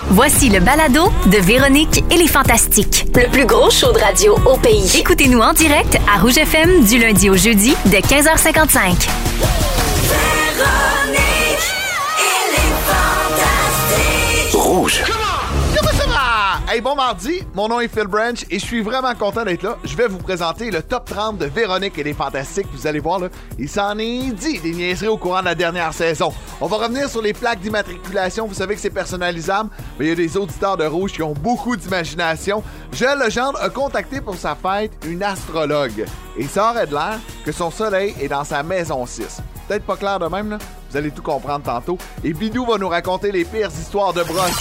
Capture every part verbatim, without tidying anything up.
Voici le balado de Véronique et les Fantastiques. Le plus gros show de radio au pays. Écoutez-nous en direct à Rouge F M du lundi au jeudi dès quinze heures cinquante-cinq. Véronique et les Fantastiques. Rouge. Comment ça va? Hey, bon mardi, mon nom est Phil Branch et je suis vraiment content d'être là. Je vais vous présenter le top trente de Véronique et les Fantastiques. Vous allez voir, là, il s'en est dit des niaiseries au courant de la dernière saison. On va revenir sur les plaques d'immatriculation. Vous savez que c'est personnalisable, mais il y a des auditeurs de Rouge qui ont beaucoup d'imagination. Joël Legendre a contacté pour sa fête une astrologue et ça aurait de l'air que son soleil est dans sa maison six. Peut-être pas clair de même, là. Vous allez tout comprendre tantôt. Et Bidou va nous raconter les pires histoires de brosse.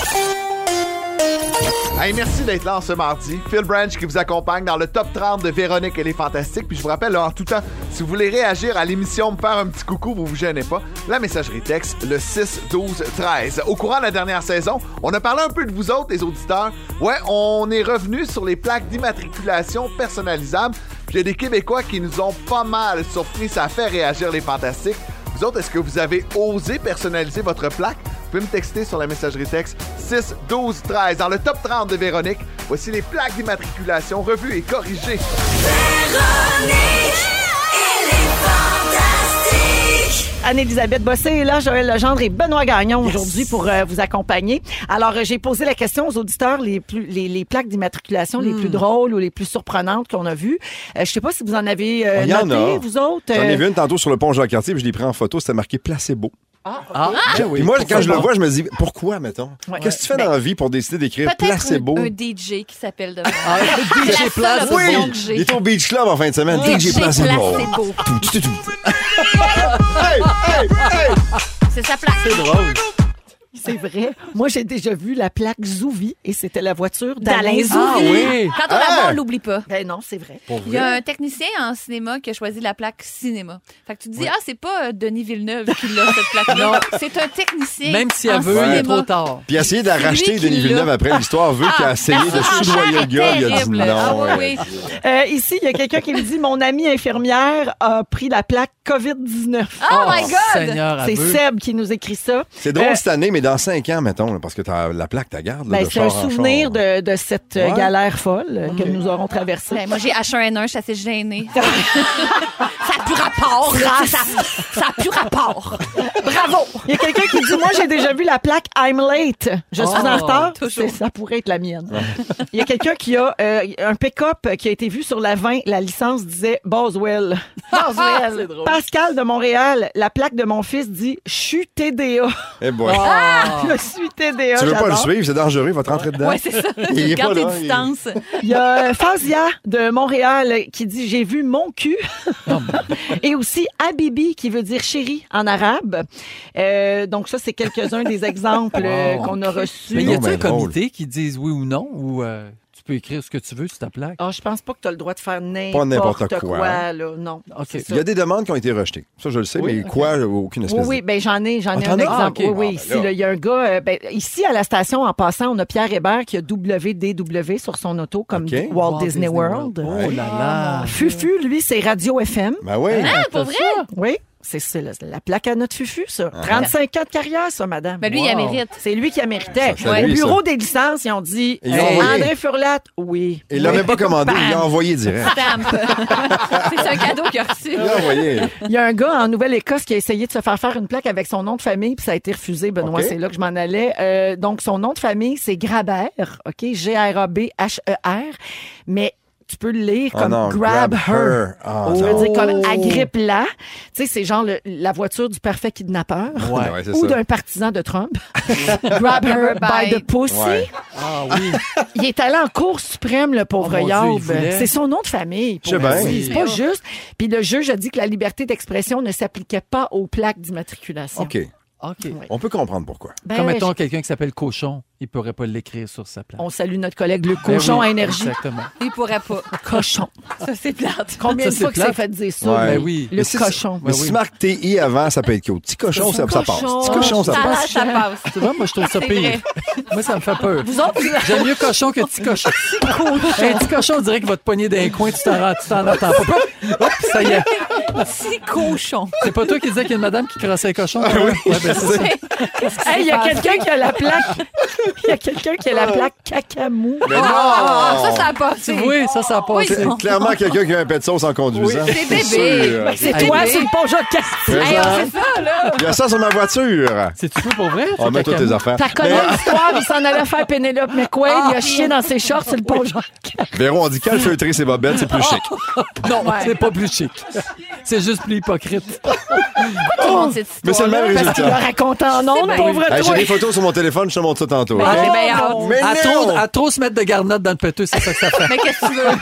Hey, merci d'être là en ce mardi. Phil Branch qui vous accompagne dans le top trente de Véronique et les Fantastiques. Puis je vous rappelle, là, en tout temps, si vous voulez réagir à l'émission, me faire un petit coucou, vous vous gênez pas, la messagerie texte, le six douze treize. Au courant de la dernière saison, on a parlé un peu de vous autres, les auditeurs. Ouais, on est revenu sur les plaques d'immatriculation personnalisables. Puis il y a des Québécois qui nous ont pas mal surpris. Ça a fait réagir les Fantastiques. Vous autres, est-ce que vous avez osé personnaliser votre plaque? Vous pouvez me texter sur la messagerie texte six douze treize. Dans le top trente de Véronique, voici les plaques d'immatriculation revues et corrigées. Véronique et les Fantastiques. Anne-Élisabeth Bossé est là, Joël Legendre et Benoît Gagnon aujourd'hui pour euh, vous accompagner. Alors, euh, j'ai posé la question aux auditeurs, les, plus, les, les plaques d'immatriculation mm. les plus drôles ou les plus surprenantes qu'on a vues. Euh, je sais pas si vous en avez euh, noté, vous autres. J'en ai euh... vu une tantôt sur le pont Jacques-Cartier, puis je l'ai pris en photo, c'était marqué placebo. Ah, okay. ah, Ah oui. Puis moi, quand je le vois, je me dis, pourquoi, mettons? Ouais. Qu'est-ce que tu fais ben, dans la vie pour décider d'écrire placebo? Peut-être un, un D J qui s'appelle de ah, D J Placebo. Oui, il est au Beach Club en fin de semaine. D J Placebo. placebo. Tout, tout, tout. Hey, hey, hey! C'est sa plaque. C'est drôle. C'est vrai. Moi, j'ai déjà vu la plaque Zouvi et c'était la voiture d'Alain Zouvi. Ah oui. Quand on la voit, on l'oublie pas. Ben non, c'est vrai. Il y a un technicien en cinéma qui a choisi la plaque cinéma. Fait que tu te dis, oui. ah, c'est pas Denis Villeneuve qui l'a, cette plaque-là. C'est un technicien. Même si elle veut, cinéma. il est trop tard. Puis essayer de la racheter Denis Villeneuve après l'histoire, veut ah, qu'il a essayé de soudoyer le gars, il a dit non. Ah, oui, oui. Euh, ici, il y a quelqu'un qui me dit, mon amie infirmière a pris la plaque covid dix-neuf. Oh, oh my God! Seigneur, c'est Seb qui nous écrit ça. C'est drôle euh, cette année, mais dans cinq ans, mettons, là, parce que t'as la plaque, tu gardes. Ben, c'est un souvenir de, de cette ouais. galère folle okay. que nous aurons traversée. Ben, moi, j'ai H un N un, je suis assez gênée. Ça n'a plus rapport. Ça n'a plus rapport. Bravo! Il y a quelqu'un qui dit, moi, j'ai déjà vu la plaque I'm late. Je suis oh, en retard. Toujours. Ça pourrait être la mienne. Il y a quelqu'un qui a euh, un pick-up qui a été vu sur la vingt. La licence disait Boswell. Boswell. Pascal de Montréal, la plaque de mon fils dit, je suis T D A. Eh boy. Ah, je suis T D A. Tu veux j'adore. pas le suivre, c'est dangereux, il va te rentrer dedans. Oui, c'est ça. Il Garde tes là, distances. Il... il y a Fazia de Montréal qui dit, j'ai vu mon cul. Et aussi Habibi qui veut dire chérie en arabe. Euh, donc ça, c'est quelques-uns des exemples wow. qu'on a reçus. Mais y a-t-il un drôle. comité qui dise oui ou non ou euh, tu peux écrire ce que tu veux sur ta plaque? Oh, je pense pas que tu as le droit de faire n'importe, pas n'importe quoi. quoi là. Non. Okay. Il y a des demandes qui ont été rejetées. Ça, je le sais, oui, mais okay. quoi? Aucune espèce Oui, oui, ben j'en ai, j'en ai ah, un exemple. ah, okay. Oui, oui. Ah, Ici, il y a un gars, euh, ben, ici à la station, en passant, on a Pierre Hébert qui a W D W sur son auto comme okay. Walt, Walt Disney, Disney World. World. Oh là là. Fufu, lui, c'est Radio F M. Ben oui. Ah, pour vrai? Oui. C'est, c'est la, la plaque à notre Fufu, ça. Ah. trente-cinq ans de carrière, ça, madame. Ben lui, wow. il a mérite. C'est lui qui a mérité. Ça, ça, Au lui, bureau ça. des licences, ils ont dit ils hey, ont André Furlat, oui. Il l'a oui. même pas commandé, il l'a envoyé direct. Stamp. C'est un cadeau qu'il a reçu. Il l'a envoyé. Il y a un gars en Nouvelle-Écosse qui a essayé de se faire faire une plaque avec son nom de famille, puis ça a été refusé, Benoît. Okay. C'est là que je m'en allais. Euh, donc, son nom de famille, c'est Grabert, OK? G R A B H E R. Mais tu peux le lire comme oh non, grab, grab her. her. Oh, tu veux dire comme agrippe-la. Tu sais, c'est genre le, la voiture du parfait kidnappeur. Ouais, ouais, c'est ou ça. d'un partisan de Trump. Grab her by the pussy. Ouais. Ah oui. Il est allé en Cour suprême, le pauvre oh, Yaub. Dieu, c'est son nom de famille. Je sais bien. C'est pas juste. Puis le juge a dit que la liberté d'expression ne s'appliquait pas aux plaques d'immatriculation. OK. OK. Ouais. On peut comprendre pourquoi. Ben, Comme mettons je... quelqu'un qui s'appelle Cochon, il pourrait pas l'écrire sur sa plaque. On salue notre collègue le Cochon ben oui, à énergie. Exactement. Il pourrait pas. Cochon. Ça, c'est plate. Combien Ça, de fois c'est que c'est plate. fait dire ça? Ouais. Ben oui. Le Mais si- cochon. Mais Ben si oui. tu marques T I avant, ça peut être cute. Petit cochon, ça, ça passe. cochon. Petit cochon, ça Ça, passe. ça passe. Tu vois, moi, je trouve ça C'est pire. vrai. Moi, ça me fait peur. Vous autres, vous... J'aime mieux cochon que petit cochon. Un petit cochon, on dirait qu'il va te pogner d'un coin, tu t'en, tu t'en entends pas. Hop, ça y est. Petit cochon. C'est pas toi qui disais qu'il y a une madame qui crossait un cochon? Ah, oui. Ouais, ben, c'est ça. Hey, il y a quelqu'un qui a la plaque. Il y a quelqu'un qui a la plaque cacamou. Mais non! Ah, ça, ça a passé. Oui, ça, ça a passé. C'est clairement quelqu'un qui a un pet de sauce en conduisant. C'est bébé. sûr. Ben, c'est Hey, toi, bébé. c'est le pont Jacques. Hey, on fait ça, là. Il y a ça sur ma voiture. C'est-tu tout pour vrai? On met toutes tes affaires. T'as connu Mais, l'histoire, il s'en allait faire Pénélope McQuaid, il a chié dans ses shorts sur le pont Jacques. Véro, on dit calfeutrer ses bobettes, c'est plus chic. Non, c'est pas plus chic. C'est juste plus hypocrite. Oh, cette Mais c'est le même Parce qu'il l'a résultat. raconté en ondes, pauvre Hey, toi. J'ai des photos sur mon téléphone, je te montre ça tantôt. Ah, OK? j'ai bien hâte. Mais À non! trop, à trop se mettre de garnottes dans le péteux, c'est ça que ça fait. Mais qu'est-ce que tu veux?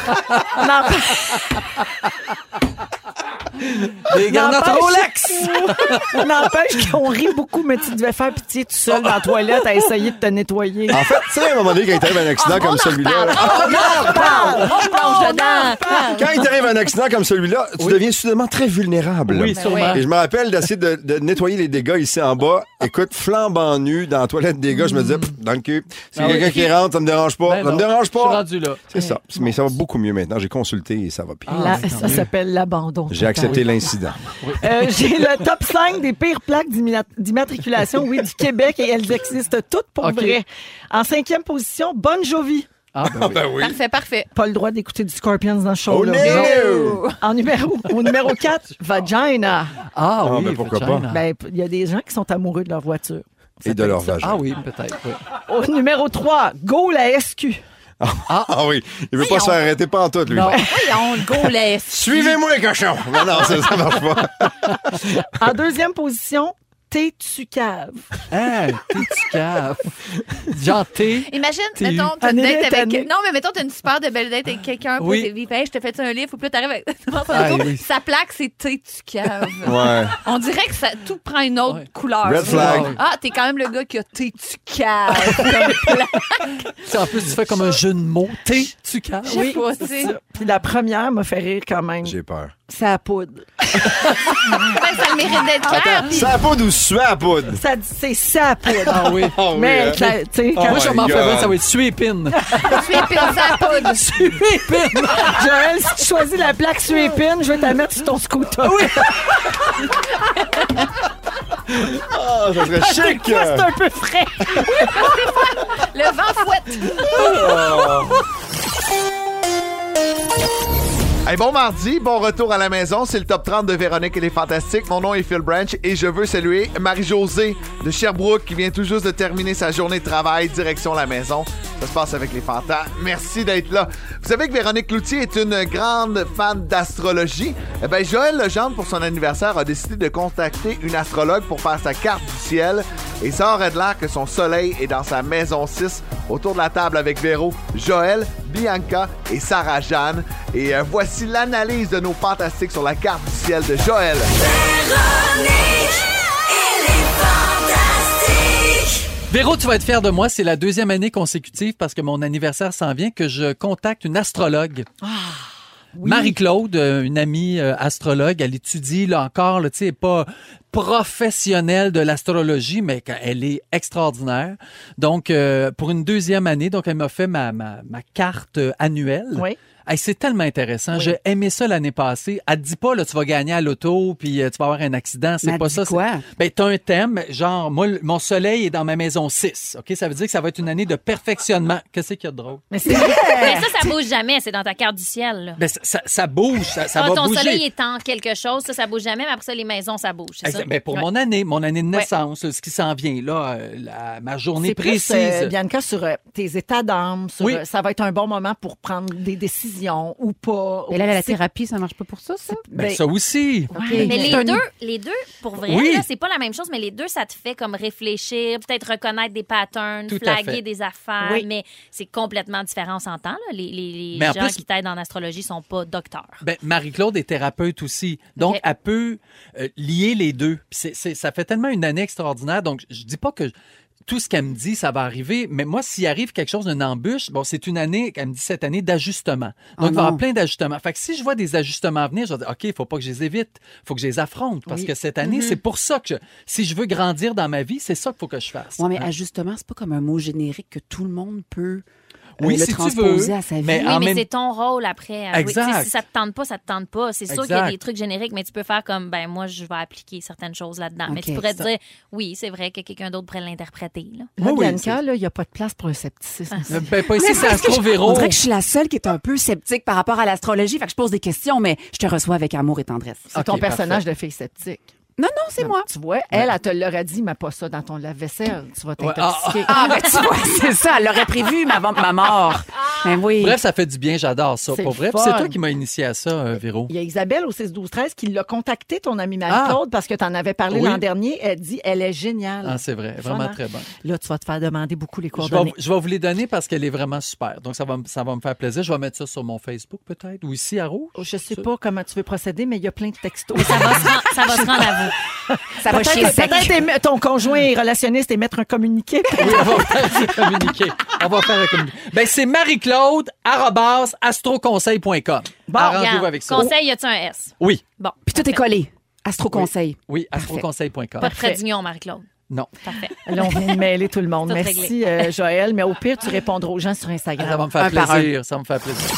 Des garnottes N'empêche- Rolex! N'empêche qu'on rit beaucoup, mais tu devais faire pitié tout seul dans la toilette à essayer de te nettoyer. En fait, tu sais, à un moment donné, quand il t'arrive un accident comme celui-là, On plonge dedans. quand il t'arrive un accident comme celui-là, tu deviens soudainement très vulnérable. Oui, sûrement. Et je me rappelle d'essayer de, de nettoyer les dégâts ici en bas. Écoute, flambant nu dans la toilette des gars, je me disais, pff, dans le cul, s'il y a Ah oui. quelqu'un qui rentre, ça me dérange pas. Ben ça me non, dérange Je suis pas. rendu là. C'est ça. Mais ça va beaucoup mieux maintenant. J'ai consulté et ça va pire. Là, ça s'appelle l'abandon. J'ai accepté l'incident. Euh, J'ai le top cinq des pires plaques d'immi- d'immatriculation, oui, du Québec, et elles existent toutes pour OK. vrai. En cinquième position, Bon Jovi. Ah, ben oui. oui. Parfait, parfait. Pas le droit d'écouter du Scorpions dans le show. Oh là. no! En numéro, au numéro quatre, Vagina. Ah, Ah, oui, ben pourquoi vagina. Ben, il y a des gens qui sont amoureux de leur voiture. Ça Et de peut leur être ça. vagin. Ah oui, peut-être, oui. Au numéro trois, Go la S Q. Ah oui. Il veut pas se faire arrêter pas en tout, lui. Non. Voyons, go, laisse. Suivez-moi, cochon! Non, non, ça, ça marche pas. En deuxième position, T'es-tu cave. Hein, t'es-tu cave? Genre, t'es... Imagine, T'es mettons, t'as Année une date avec... année. Non, mais mettons, t'as une super de belle date avec quelqu'un. Oui. Oui. Puis, hey, je te fais un livre. Puis là, t'arrives avec... Ah, oui. Sa plaque, c'est T'es-tu cave. Ouais. On dirait que ça, tout prend une autre Ouais. couleur. Red flag. Ah, t'es quand même le gars qui a T'es-tu cave comme plaque. T'sais, en plus, tu fais comme un jeu de mots. T'es-tu cave? Je sais pas, tu sais. Ça. Puis la première m'a fait rire quand même. J'ai peur. C'est à poudre. Ben, ça le mérite d'être clair. puis- Ça à poudre ou suer à poudre? Ça dit c'est ça à poudre. Ah oui. Ah oui, Mais, hein? ça- tu sais, Ah, quand moi, je my m'en fais God. vrai, ça va être suépine. Tu es pire à poudre. Suépine! Joël, si tu choisis la plaque Suépine, je vais te la mettre sur ton scooter. Oui, Ah, ça serait chic! c'est un peu frais. Le vent fouette. Hey, bon mardi, bon retour à la maison. C'est le top trente de Véronique et les Fantastiques. Mon nom est Phil Branch et je veux saluer Marie-Josée de Sherbrooke qui vient tout juste de terminer sa journée de travail direction la maison. Ça se passe avec les Fantas. Merci d'être là. Vous savez que Véronique Cloutier est une grande fan d'astrologie. Eh ben, Joël Legendre, pour son anniversaire, a décidé de contacter une astrologue pour faire sa carte du ciel. Et ça aurait de l'air que son soleil est dans sa maison six. Autour de la table avec Véro, Joël, Bianca et Sarah-Jeanne. Et euh, voici l'analyse de nos fantastiques sur la carte du ciel de Joël. Véronique, elle est fantastique. Véro, tu vas être fier de moi. C'est la deuxième année consécutive parce que mon anniversaire s'en vient que je contacte une astrologue. Marie-Claude, euh, une amie euh, astrologue, elle étudie là encore, là, tu sais, pas professionnelle de l'astrologie, mais qu'elle- elle est extraordinaire. Donc, euh, pour une deuxième année, donc elle m'a fait ma, ma, ma carte euh, annuelle. Oui. Hey, c'est tellement intéressant. Oui. J'ai aimé ça l'année passée. Elle te dit pas, là, tu vas gagner à l'auto puis euh, tu vas avoir un accident. C'est Mais pas elle ça. dit quoi? C'est- Ben, t'as un thème. Genre, moi, le- mon soleil est dans ma maison six. OK? Ça veut dire que ça va être une année de perfectionnement. Qu'est-ce qu'il y a de drôle? Mais c'est Mais ça, ça bouge jamais, c'est dans ta carte du ciel. Là. Ben, ça, ça, ça bouge. Ça, ça Ah, va ton bouger. soleil est en quelque chose, ça, ça bouge jamais, mais après ça, les maisons, ça bouge. C'est ça? Exact. Ben, pour Ouais. mon année, mon année de naissance, ce qui s'en vient, là, euh, la- ma journée c'est plus, précise. euh, Bianca, sur euh, tes états d'âme, sur Oui. euh, ça va être un bon moment pour prendre des décisions ou pas. Mais là, la C'est- thérapie, ça marche pas pour ça, ça? Ben, ben, ça aussi. OK. Mais C'est les un- deux, les deux, pour vrai, Oui. là, c'est pas la même chose, mais les deux, ça te fait comme réfléchir, peut-être reconnaître des patterns, Tout à fait. flaguer des affaires, Oui. mais c'est complètement différent, on s'entend. Là. Les, les, les Mais en gens plus- qui t'aident en astrologie sont pas docteurs. Ben, Marie-Claude est thérapeute aussi. Donc, OK. elle peut euh, lier les deux. Puis c'est, c'est- ça fait tellement une année extraordinaire. Donc, je dis pas que tout ce qu'elle me dit, ça va arriver. Mais moi, s'il arrive quelque chose d'une embûche, bon, c'est une année, elle me dit cette année, d'ajustement. Donc, Oh il va y avoir non. plein d'ajustements. Fait que si je vois des ajustements venir, je vais dire, OK, il faut pas que je les évite. Il faut que je les affronte. Parce Oui. que cette année, c'est pour ça que je- si je veux grandir dans ma vie, c'est ça qu'il faut que je fasse. Ouais, mais Hein? ajustement, c'est pas comme un mot générique que tout le monde peut Oui, le si tu transposer veux, à sa vie. mais Oui, en mais même- c'est ton rôle après. à jouer. Exact. Tu sais, si ça te tente pas, ça te tente pas. C'est sûr qu'il y a Exact. des trucs génériques, mais tu peux faire comme, ben moi, je vais appliquer certaines choses là-dedans. Mais Ok, tu pourrais te ça- dire, oui, c'est vrai que quelqu'un d'autre pourrait l'interpréter. Là. Là, Oui, oui, Bianca, là, il n'y a pas de place pour un scepticisme. Euh, Ben, pas ici, Mais c'est parce que je- Astro-Véro. On dirait que je suis la seule qui est un peu sceptique par rapport à l'astrologie. Fait que je pose des questions, mais je te reçois avec amour et tendresse. C'est Ok, ton parfait. personnage de fille sceptique. Non, non, c'est moi. Tu vois, elle, elle te l'aurait dit, mais pas ça dans ton lave-vaisselle. Tu vas Ouais, t'intoxiquer. Ah, ben tu vois, c'est ça. Elle l'aurait prévu ma, ma mort. Ben oui. Bref, ça fait du bien, j'adore ça. C'est Pour vrai. Puis fun. c'est toi qui m'as initié à ça, euh, Véro. Il y a Isabelle au six douze treize qui l'a contacté, ton amie Marie-Claude, parce que tu en avais parlé Oui. l'an dernier. Elle dit, elle est géniale. Ah, c'est vrai, vraiment Vraiment. très bonne. Là, tu vas te faire demander beaucoup les Je vais, coordonnées. je vais vous les donner parce qu'elle est vraiment super. Donc, ça va, me- ça va me faire plaisir. Je vais mettre ça sur mon Facebook, peut-être, ou ici à Rouge. Je sais pas comment tu veux procéder, mais il y a plein de textos. Ça va se rendre, ça va se rendre à vous. Ça va chier Peut-être sec. peut-être éme- ton conjoint est relationniste et mettre un communiqué. Oui, on va faire un communiqué. On va faire un communiqué. Ben, c'est Marie-Claude, arrobas, astroconseil point com. Arrangez-vous Regarde, avec ça. Conseil, y a-tu un S? Oui, Bon. Puis tout est collé. Astro Conseil. oui, astroconseil point com. Pas de trait d'union, Marie-Claude. Non. Parfait. Là, on vient de mêler tout le monde. Tout Merci, euh, Joël. Mais au pire, tu répondras aux gens sur Ça Instagram. va me faire Un par un. plaisir. Ça va me faire plaisir.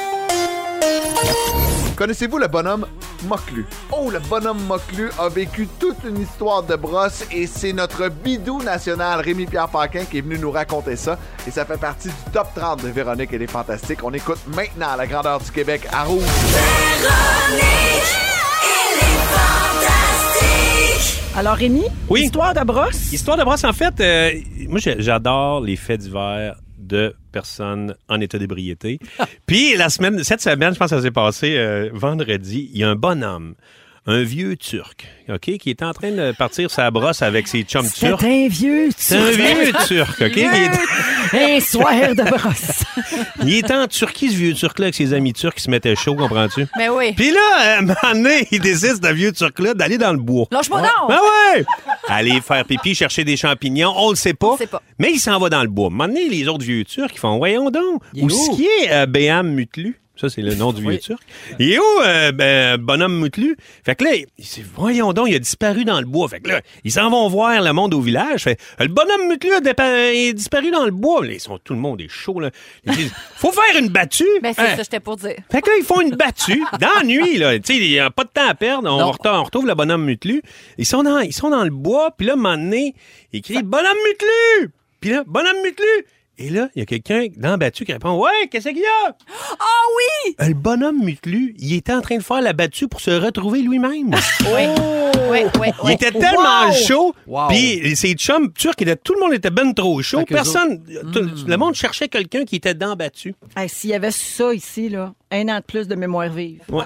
Connaissez-vous le bonhomme Moclu? Oh, le bonhomme Moclu a vécu toute une histoire de brosse et c'est notre bidou national, Rémi-Pierre Paquin, qui est venu nous raconter ça. Et ça fait partie du top trente de Véronique et les Fantastiques. On écoute maintenant la grandeur du Québec à Rouge. Véronique et les Fantastiques. Alors, Rémi, Oui. histoire de brosse. Histoire de brosse, en fait, euh, moi, j'ai- j'adore les faits divers de personnes en état d'ébriété. Puis, la semaine, cette semaine, je pense que ça s'est passé euh, vendredi, il y a un bonhomme, un vieux Turc, OK, qui est en train de partir sa brosse avec ses chums C'est turcs. un vieux C'est un vieux Turc, OK? Il est, Un soir de brosse. il est en Turquie, ce vieux Turc-là, avec ses amis turcs qui se mettaient chaud, comprends-tu? Mais oui. Puis là, à un moment donné, il décide, ce vieux Turc-là, d'aller dans le bois. Lâche-moi donc! Ah ouais! Aller faire pipi, chercher des champignons, on le sait pas. On sait pas. Mais il s'en va dans le bois. À un moment donné, les autres vieux Turcs, ils font, voyons donc. Il est Où où? ce qui est euh, Béham Mutlu? Ça, c'est le nom du vieux Oui. Turc. Il est où, euh, ben, bonhomme Mutlu? Fait que là, il dit, voyons donc, il a disparu dans le bois. Fait que là, ils s'en vont voir le monde au village. Fait, le bonhomme Mutlu a dépa- est disparu dans le bois. Là, ils sont, tout le monde est chaud, là. Ils disent, faut faire une battue. Ben, c'est Hein? ça, j'étais pour dire. Fait que là, ils font une battue dans la nuit, là. Tu sais, il n'y a pas de temps à perdre. On, Non. retrouve, on retrouve le bonhomme Mutlu. Ils sont dans, ils sont dans le bois, puis là, à un moment donné, il crie « Bonhomme Mutlu! » Puis là, « Bonhomme Mutlu! » Et là, il y a quelqu'un dans la battue qui répond « Ouais, qu'est-ce qu'il y a? » Ah oui! Euh, Le bonhomme Mutlu, il était en train de faire la battue pour se retrouver lui-même. Oui. Oui, oui, Il oui. était tellement Wow! chaud, Wow. puis ses chums turcs, étaient- tout le monde était ben trop chaud. Fait que Personne, eux tout- le monde cherchait quelqu'un qui était dans la battue. Hey, s'il y avait ça ici, là, un an de plus de mémoire vive. Ouais.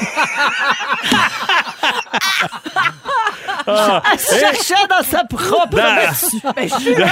Elle se cherchait dans sa propre Dans- battue. Ben, je suis là.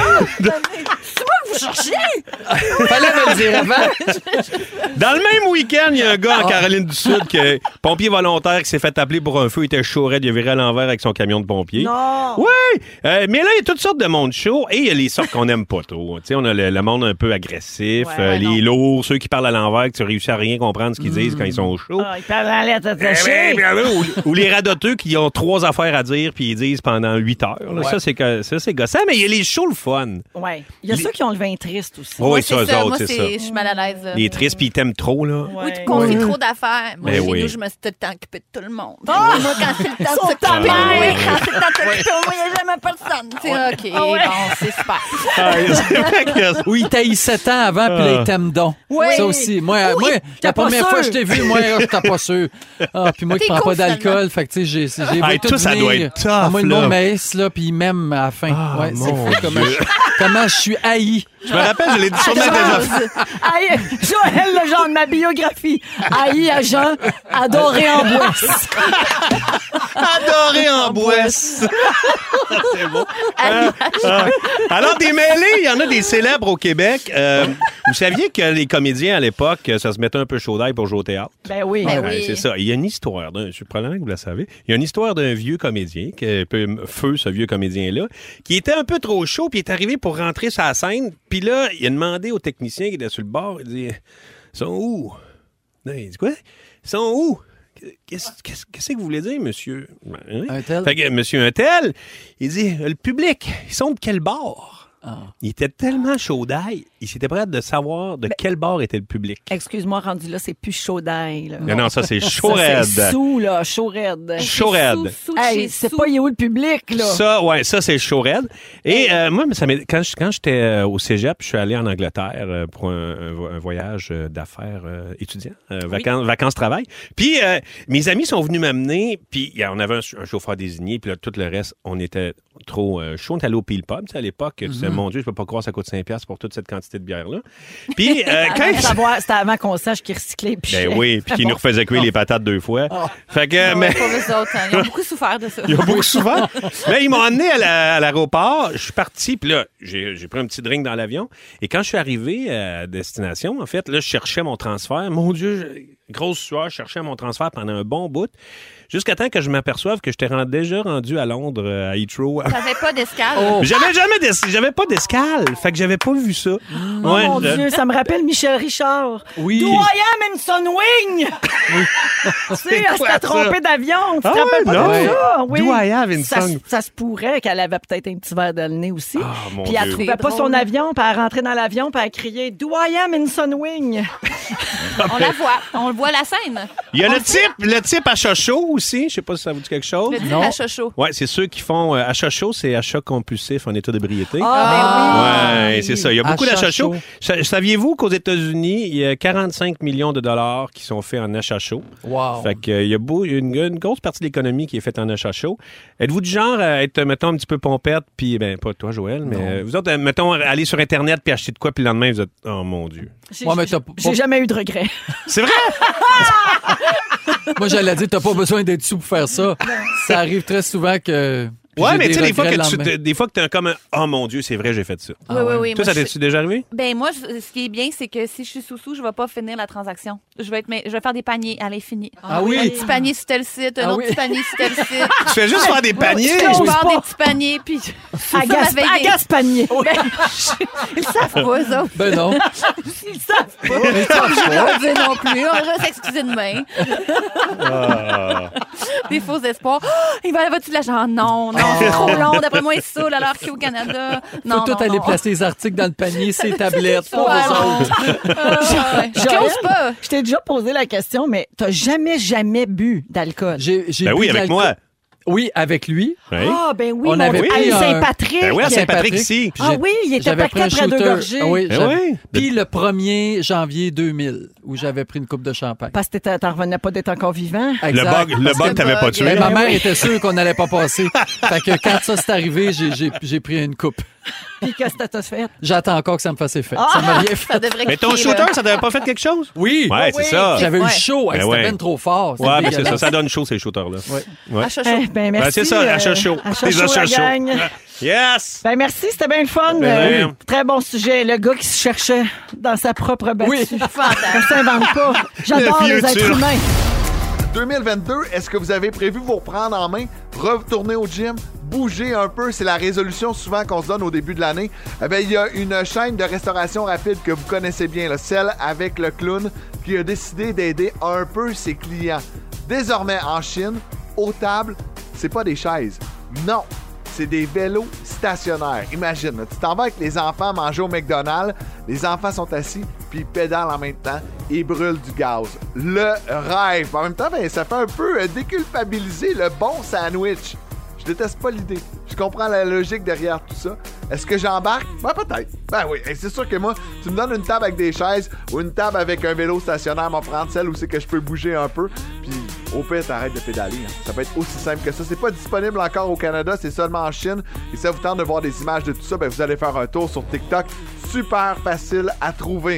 Fallait me le dire avant. Dans le même week-end, il y a un gars en Caroline du Sud, qui est pompier volontaire, qui s'est fait appeler pour un feu. Il était chaud raide, il a viré à l'envers avec son camion de pompier. Non. Oui! Euh, mais là, il y a toutes sortes de monde chaud et il y a les sortes qu'on n'aime pas trop. Tu sais, on a le, le monde un peu agressif, Ouais, euh, ouais, les lourds, ceux qui parlent à l'envers, que tu réussis à rien comprendre ce qu'ils disent quand ils sont chauds. Ah, il parle en lettres Eh attachées. ben, ben, ou, ou les radoteux qui ont trois affaires à dire puis ils disent pendant huit heures. là. Ça, c'est que- ça, c'est gossant, mais il y a les shows le fun. Ouais. Il y a ceux qui ont le vin triste aussi. Oh, oui, C'est ça, eux ça. autres, Moi, c'est ça. c'est, je suis mal à l'aise. là. Les tristes puis ils t'aiment trop, là. Oui, Ouais. tu confies trop d'affaires. Moi, Ben chez oui. nous, je me suis tout le temps occupée de tout le monde. Ah! Moi, quand c'est le temps Son de s'occuper, ta mère! oui, quand c'est le temps de s'occuper, moi, il n'y a jamais personne. C'est OK, Ah ouais. bon, c'est super. Ah, c'est vrai que- Oui, t'as eu sept ans avant, puis là, il t'aime donc. Oui. Ça aussi. Moi, Oui, moi t'es la pas première sûr. fois que je t'ai vu, moi, j'étais pas sûr. Ah, puis moi qui T'es prends cool, pas d'alcool, fait que, tu sais, j'ai, j'ai Ah, vu toi, tout ça venir. doit être tough, Ah, moi, le là. nom Maïs, là, puis il m'aime à la fin. Ah, ouais, c'est mon fou comment Dieu. je, comment je suis haï. Je me rappelle, je l'ai dit sûrement déjà. Aïe, Joël, le genre de ma biographie. Haï à Jean, adoré en bois. Adoré en boisse. C'est bon. Euh, euh, alors, des mêlées, il y en a des célèbres au Québec. Euh, vous saviez que les comédiens, à l'époque, ça se mettait un peu chaud d'ail pour jouer au théâtre? Ben oui. Ben Ouais, oui. c'est ça. Il y a une histoire, d'un, je suis probablement que vous la savez. Il y a une histoire d'un vieux comédien, qui est un peu feu, ce vieux comédien-là, qui était un peu trop chaud, puis il est arrivé pour rentrer sur la scène. Puis là, il a demandé au technicien qui était sur le bord, il dit, ils sont où? Non, il dit quoi? Ils sont où? Qu'est-ce, qu'est-ce, qu'est-ce que vous voulez dire, monsieur? Ben, oui. Un tel. Fait que, monsieur un tel, il dit, le public, ils sont de quel bord? Il était tellement chaud d'ail, il s'était prêt de savoir de quel bord était le public. Excuse-moi, rendu là, c'est plus chaud d'ail. là. Non, non, ça, c'est chaud Ça, raide. c'est sous, là, chaud raide. Chaud raide. Sous, sous de Hey, chez c'est sous. pas il est où le public, là? Ça, ouais, ça, c'est chaud raide. Et euh, moi, ça m'est- quand je- quand j'étais euh, au cégep, je suis allé en Angleterre euh, pour un, un vo- un voyage euh, d'affaires euh, étudiants, euh, vacances, vacances-travail. Puis euh, mes amis sont venus m'amener, puis y a- on avait un, ch- un chauffeur désigné, puis là, tout le reste, on était trop euh, chaud. On était allé au Peel Pub, tu sais, à l'époque. Tu disais, mon Dieu, je peux pas croire que ça coûte cinq piastres pour toute cette quantité de bière-là. Puis euh, quand... Avant de savoir, C'était avant qu'on sache qu'il recyclait. Puis Ben oui, puis qui nous refaisait cuire les patates deux fois. Fait que, Ah mais... ouais, pas eux autres, hein. Ils ont beaucoup souffert de ça. Il y a beaucoup souvent. Mais ils m'ont emmené à la- à l'aéroport. Je suis parti, puis là, j'ai j'ai pris un petit drink dans l'avion. Et quand je suis arrivé à destination, en fait, là, je cherchais mon transfert. Mon Dieu, je- grosse sueur, je cherchais mon transfert pendant un bon bout. Jusqu'à temps que je m'aperçoive que j'étais ren- déjà rendu à Londres, euh, à Heathrow. T'avais pas d'escale. J'avais jamais d'es- j'avais pas d'escale. Fait que j'avais pas vu ça. Oh Ouais, mon je- Dieu, ça me rappelle Michel Richard. Oui. Do I am in Sunwing? Tu sais, elle quoi, s'était ça? trompée d'avion. Tu te Ah rappelles ouais, pas non. de ça? Oui. Do I have in ça, Sun- ça se pourrait qu'elle avait peut-être un petit verre dans le nez aussi. Ah, mon Puis elle Dieu. trouvait C'est pas drôle. son avion, puis elle rentrait dans l'avion, puis elle criait Do I am in Sunwing? On la voit. On le voit la scène. Il y a le type, le type achat chaud aussi. Je sais pas si ça vous dit quelque chose. Le type Non. à Chocho. Ouais, c'est ceux qui font euh, achat chaud, c'est achat compulsif en état d'ébriété. Ah, ben oui. Ouais, c'est ça. Il y a beaucoup Achat d'achats chauds. chaud. Sa- Saviez-vous qu'aux États-Unis, il y a quarante-cinq millions de dollars qui sont faits en achat chaud? Wow. Fait que, euh, il y a beau- il y a une, une grosse partie de l'économie qui est faite en achat chaud. Êtes-vous du genre à être, mettons, un petit peu pompette, puis, ben, pas toi, Joël, mais euh, vous autres, euh, mettons, aller sur Internet puis acheter de quoi, puis le lendemain, vous êtes, oh mon Dieu. J'ai Ouais, mais t'as pas- j'ai jamais eu de regrets. C'est vrai? Moi, j'allais dire, t'as pas besoin d'être sous pour faire ça. Ça arrive très souvent que. puis Ouais, j'ai mais tu sais, des fois regrets que le tu, lendemain. te- des fois que t'es comme un, oh mon Dieu, c'est vrai, j'ai fait ça. Oui, oui, oui. Toi, Moi, ça je- t'es-tu déjà arrivé? Ben moi, je- ce qui est bien, c'est que si je suis sous-sous, je vais pas finir la transaction. Je vais être, mais je vais faire des paniers à l'infini. Ah oui? Un petit panier sur tel site, un Ah autre oui. petit panier sur tel site. Tu fais juste faire des paniers. Je Close pars pas. des petits paniers, puis sous À ça, Gas- ma à veille- Gaspagnier. Ils savent pas, eux autres. Ben non. Ils savent pas. Je leur dis non plus. On va s'excuser demain. Des faux espoirs. Oh, il va avoir-tu de l'argent? Non, non, c'est trop long. D'après moi, il saoule alors qu'il est au Canada. Non, Faut tout non, aller non. placer les articles dans le panier, ces tablettes, pour Ouais, eux non. autres. Ah, ouais. Je Joël, close pas. Je t'ai déjà posé la question, mais t'as jamais, jamais bu d'alcool. J'ai, j'ai Ben bu oui, de avec l'alcool. moi. Oui, avec lui. Oui. Ah, ben oui, On mon avait Dieu. pris Hey, un- Saint-Patrick. Ben oui, à À Saint-Patrick ici. Puis Ah j'ai- oui, il était j'avais paquet pris un après deux shooter. gorgées. Ah oui, Ben j'avais- oui. Puis le premier janvier deux mille, où j'avais pris une coupe de champagne. Parce que t'étais- t'en revenais pas d'être encore vivant. Le Exact. bug, le Parce bug que- t'avais pas bug, tué. Mais ma Ben mère oui. était sûre qu'on n'allait pas passer. Fait que quand ça s'est arrivé, j'ai, j'ai, j'ai pris une coupe. Puis qu'est-ce que t'as fait? J'attends encore que ça me fasse effet. Ah! Ça m'a rien Ça fait. devrait Mais ton kicker, shooter, là. ça t'avait pas fait quelque chose? Oui. Ouais, c'est ça. J'avais Ouais. eu chaud. Hey, Ben c'était ouais. ben trop fort. C'était Ouais, ben c'est ça. dégueulasse. Ça donne chaud, ces shooters-là. Ouais. Ouais. À Chocho. Eh, ben merci. Ben, c'est ça, euh, achat chaud. achat Les chaud, achats la chauds. gang. Yes! Ben merci, c'était bien le fun. Ben, Euh, ouais. très bon sujet. Le gars qui se cherchait dans sa propre battue. Oui. Ça s'invente pas. J'adore Le les êtres futur. humains. deux mille vingt-deux, est-ce que vous avez prévu vous reprendre en main, retourner au gym, bouger un peu? C'est la résolution souvent qu'on se donne au début de l'année. Eh bien, il y a une chaîne de restauration rapide que vous connaissez bien, là, celle avec le clown, qui a décidé d'aider un peu ses clients. Désormais, en Chine, aux tables, c'est pas des chaises. Non! C'est des vélos stationnaires. Imagine, là, tu t'en vas avec les enfants manger au McDonald's, les enfants sont assis, puis ils pédalent en même temps, ils brûlent du gaz. Le rêve. En même temps, ben, ça fait un peu euh, déculpabiliser le bon sandwich. Je déteste pas l'idée. Je comprends la logique derrière tout ça. Est-ce que j'embarque? Ben peut-être. Ben oui, hey, c'est sûr que moi, tu me donnes une table avec des chaises ou une table avec un vélo stationnaire, m'en prendre celle où c'est que je peux bouger un peu, puis au pire, t'arrêtes de pédaler. Hein. Ça peut être aussi simple que ça. C'est pas disponible encore au Canada, c'est seulement en Chine. Et si ça vous tente de voir des images de tout ça, ben vous allez faire un tour sur TikTok. Super facile à trouver.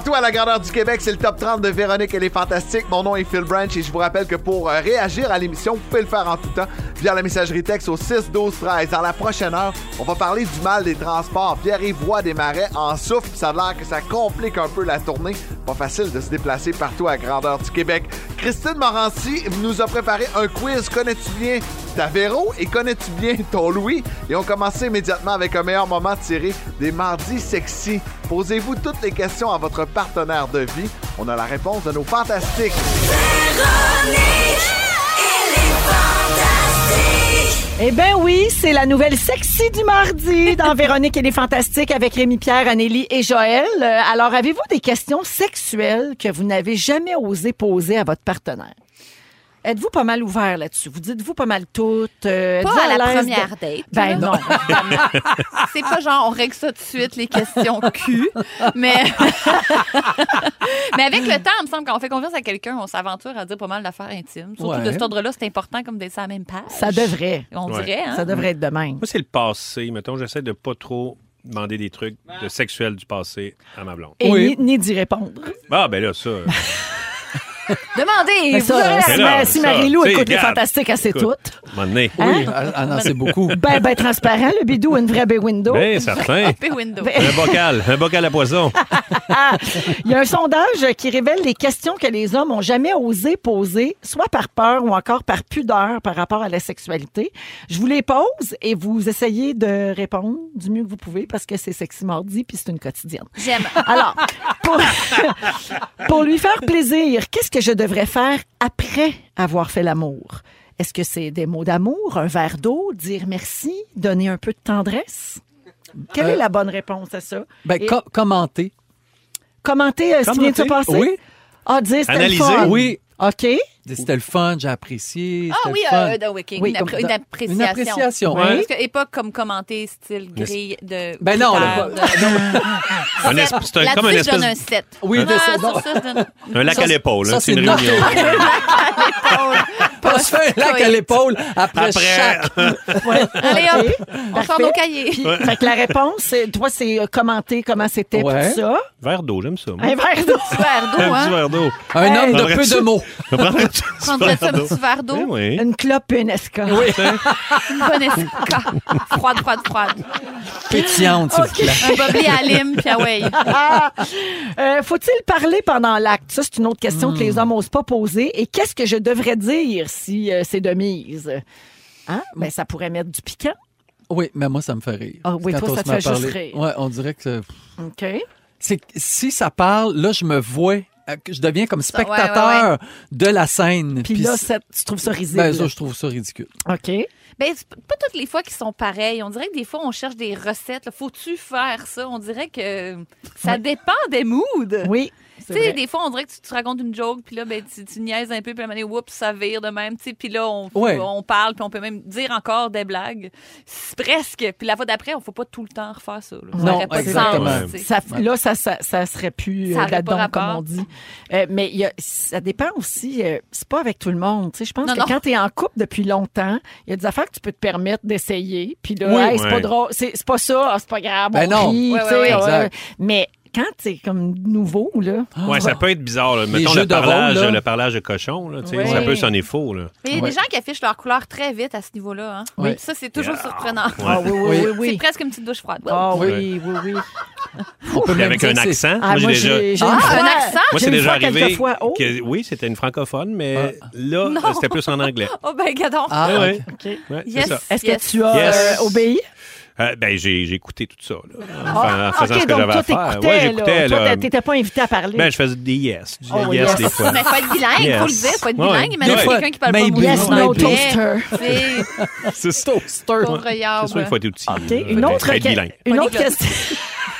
Partout à la grandeur du Québec, c'est le top trente de Véronique et les Fantastiques. Mon nom est Phil Branch et je vous rappelle que pour euh, réagir à l'émission, vous pouvez le faire en tout temps via la messagerie texte au six douze treize. Dans la prochaine heure, on va parler du mal des transports. Pierre-Yves Roy des Marais en souffle. Ça a l'air que ça complique un peu la tournée. Pas facile de se déplacer partout à la grandeur du Québec. Christine Morancy nous a préparé un quiz. Connais-tu bien ta Véro et connais-tu bien ton Louis? Et on commence immédiatement avec un meilleur moment tiré des mardis sexy. Posez-vous toutes les questions à votre partenaire de vie. On a la réponse de nos fantastiques. Véronique et les Fantastiques. Eh bien oui, c'est la nouvelle sexy du mardi dans Véronique et les Fantastiques avec Rémi-Pierre, Anneli et Joël. Euh, Alors, avez-vous des questions sexuelles que vous n'avez jamais osé poser à votre partenaire? Êtes-vous pas mal ouvert là-dessus? Vous dites-vous pas mal toutes? Euh, Pas êtes-vous à la l'aise première de- date. Ben non. C'est pas genre on règle ça tout de suite, les questions cul. Mais... mais avec le temps, il me semble, quand on fait confiance à quelqu'un, on s'aventure à dire pas mal d'affaires intimes. Surtout Ouais. de cet ordre-là, c'est important comme d'être sur la même page. Ça devrait. On Ouais. dirait, hein? Ça devrait être de même. Moi, c'est le passé. Mettons, j'essaie de pas trop demander des trucs de sexuels du passé à ma blonde. Et Oui. ni, ni d'y répondre. Ah, ben là, ça. Demandez! Mais vous ça, aurez la- si, Mais là, Ma- si ça, Marie-Lou tu sais, écoute les regarde, Fantastiques, elle sait écoute. toutes. À un moment donné. Oui, ah, ah non, c'est beaucoup. Ben, ben transparent, le bidou, une vraie bay window. Bien, certain. P window. Un bocal, un bocal à poisson. Il y a un sondage qui révèle les questions que les hommes ont jamais osé poser, soit par peur ou encore par pudeur par rapport à la sexualité. Je vous les pose et vous essayez de répondre du mieux que vous pouvez parce que c'est sexy mardi puis c'est une quotidienne. J'aime. Alors, pour, pour lui faire plaisir, qu'est-ce que je devrais faire après avoir fait l'amour? Est-ce que c'est des mots d'amour, un verre d'eau, dire merci, donner un peu de tendresse? Quelle Euh, est la bonne réponse à ça? Ben, Et- co- commenter. Commenter euh, ce qui vient de se Commenter. passer? Oui. Ah, dire c'était le Analyser. fun. Oui. OK. C'était le fun, j'ai apprécié. Ah c'était oui, le fun. euh, The Wiking. Oui, une, comme appré- une dans- appréciation. Une appréciation, Oui. ouais. Parce que- et pas comme commenter style grille de. Ben non, critères le- de- Un es- c'est un- comme un Là-dessus, je donne un espèce sept. Oui, Ah, de- sur non. ça, je donne- un lac Ça, à l'épaule. ça, hein, c'est une c'est noté. réunion. Pas se faire un lac à l'épaule après, Après. chaque. Allez OK. hop, on sort Parfait. nos cahiers. Puis, fait que la réponse, c'est- toi, c'est euh, commenter comment c'était pis Ouais. tout ça. Verre d'eau, j'aime ça. moi. Un verre d'eau. Verre d'eau, Un petit hein. verre d'eau. Un Hey, homme de peu prendrais-tu- de mots. Je prendrais un petit Prendrais-tu un verre d'eau. petit verre d'eau? Ben oui. Une clope et une esca. Une bonne esca. Froide, froide, froide. Pétillante, s'il vous plaît. Un bobli à lime, puis ah ouais. Ah! Euh, faut-il parler pendant l'acte? Ça, c'est une autre question que les hommes n'osent pas poser. Et qu'est-ce que je devrais dire si euh, c'est de mise? Hein? Ben, ça pourrait mettre du piquant. Oui, mais moi, ça me fait rire. Ah oui, Quand toi, on ça se te met à fait juste parler. rire. Ouais, on dirait que OK. c'est si ça parle, là, je me vois, euh, que je deviens comme Ça, ouais, spectateur ouais, de la scène. Puis là, ça, tu trouves ça risible. ben, ça, je trouve ça ridicule. OK. Ben, c'est pas toutes les fois qui sont pareils. On dirait que des fois, on cherche des recettes. là. Faut-tu faire ça? On dirait que ça dépend des moods. Oui. Tu c'est sais, vrai. des fois, on dirait que tu te racontes une joke, puis là, ben, tu, tu niaises un peu, puis à un moment donné, oups, ça vire de même, tu sais, puis là, on, Ouais. on parle, puis on peut même dire encore des blagues. C'est presque. Puis la fois d'après, on ne faut pas tout le temps refaire ça. là. Ça Non, n'aurait pas de exactement. sens. tu sais. Ça, là, ça, ça, ça serait plus Ça euh, aurait là-dedans, pas comme rapport. on dit. Euh, mais il y a, ça dépend aussi, euh, c'est pas avec tout le monde. Tu sais, je pense Non, que non. quand tu es en couple depuis longtemps, il y a des affaires que tu peux te permettre d'essayer. Puis là, Oui. hey, c'est Ouais. pas drôle, c'est, c'est pas ça, ah, c'est pas grave, Ben on non. rit, Ouais, tu ouais, sais, ouais, ouais. exact. Mais quand c'est comme nouveau, là, Ouais, ça peut être bizarre. Là. Les Mettons jeux le de rôle, parlage, là. le parlage de cochon. Là, tu sais, Ouais. Ça peut sonner faux. Là. Mais il y a Ouais. des gens qui affichent leur couleur très vite à ce niveau-là. Hein. Oui. Ça, c'est toujours surprenant. ah oui, oui, oui, C'est oui. presque une petite douche froide. Ah Ouais. oui, oui, oui. On peut Puis même avec dire un que c'est- accent. Ah, moi, j'ai moi, déjà. j'ai, j'ai Ah, une un fois- accent? Moi, j'ai c'est une déjà fois, arrivé. quelquefois, oh. que- oui, c'était une francophone, mais là, Non. c'était plus en anglais. Oh, ben, gadon. Ah, Ah ouais. OK. Ouais, Yes. c'est ça. Est-ce Yes. que tu as Yes. euh, obéi? Euh, ben, j'ai, j'ai écouté tout ça. Là, en, Ah, en faisant OK, ce que donc j'avais toi, à faire. t'écoutais, Ouais, j'écoutais. là. Toi, là. t'étais pas invité à parler. Ben, je faisais des yes. Du Oh, yes, yes. des fois. Mais il faut être bilingue, il faut le Yes. dire. Il faut être Ouais. bilingue. Imagine Des fois, quelqu'un qui parle maybe. pas beaucoup Yes, no anglais. toaster. C'est C'est ça. pauvre C'est Yab. sûr qu'il faut être petit. OK. là. Une autre, Être que- bilingue. une, autre Polyglotte. question...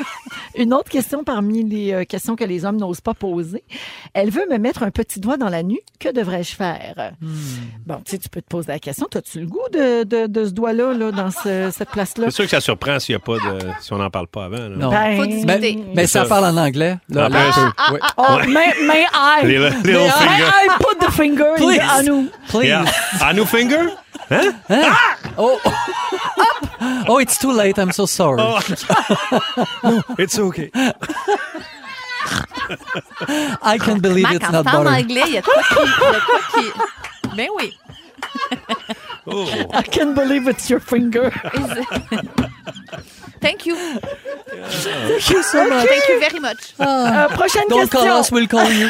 une autre question parmi les euh, questions que les hommes n'osent pas poser. Elle veut me mettre un petit doigt dans la nuque. Que devrais-je faire? Bon, tu sais, tu peux te poser la question. As-tu le goût de, de, de ce doigt-là, là, dans ce- cette place-là? C'est sûr que ça surprend s'il y a pas de, si on n'en parle pas avant. Là. Non. Ben, Faut discuter. Mais, mais C'est ça ça. parle en anglais. Là, En là, plus. un peu. Oui. Oh, may, may I? Les- les may little I, finger. I put the finger in Please. the anu. Please. Yeah. A new finger? Oh. oh, it's too late. I'm so sorry. It's okay. I can't believe Marc, it's en not temps en butter. anglais, il y a de quoi qui... il y a de quoi qui... Ben oui. Oh. I can't believe it's your finger. Is- Thank you. Thank you so much. Thank you very much. Euh, prochaine Don't call us, question. we'll call you.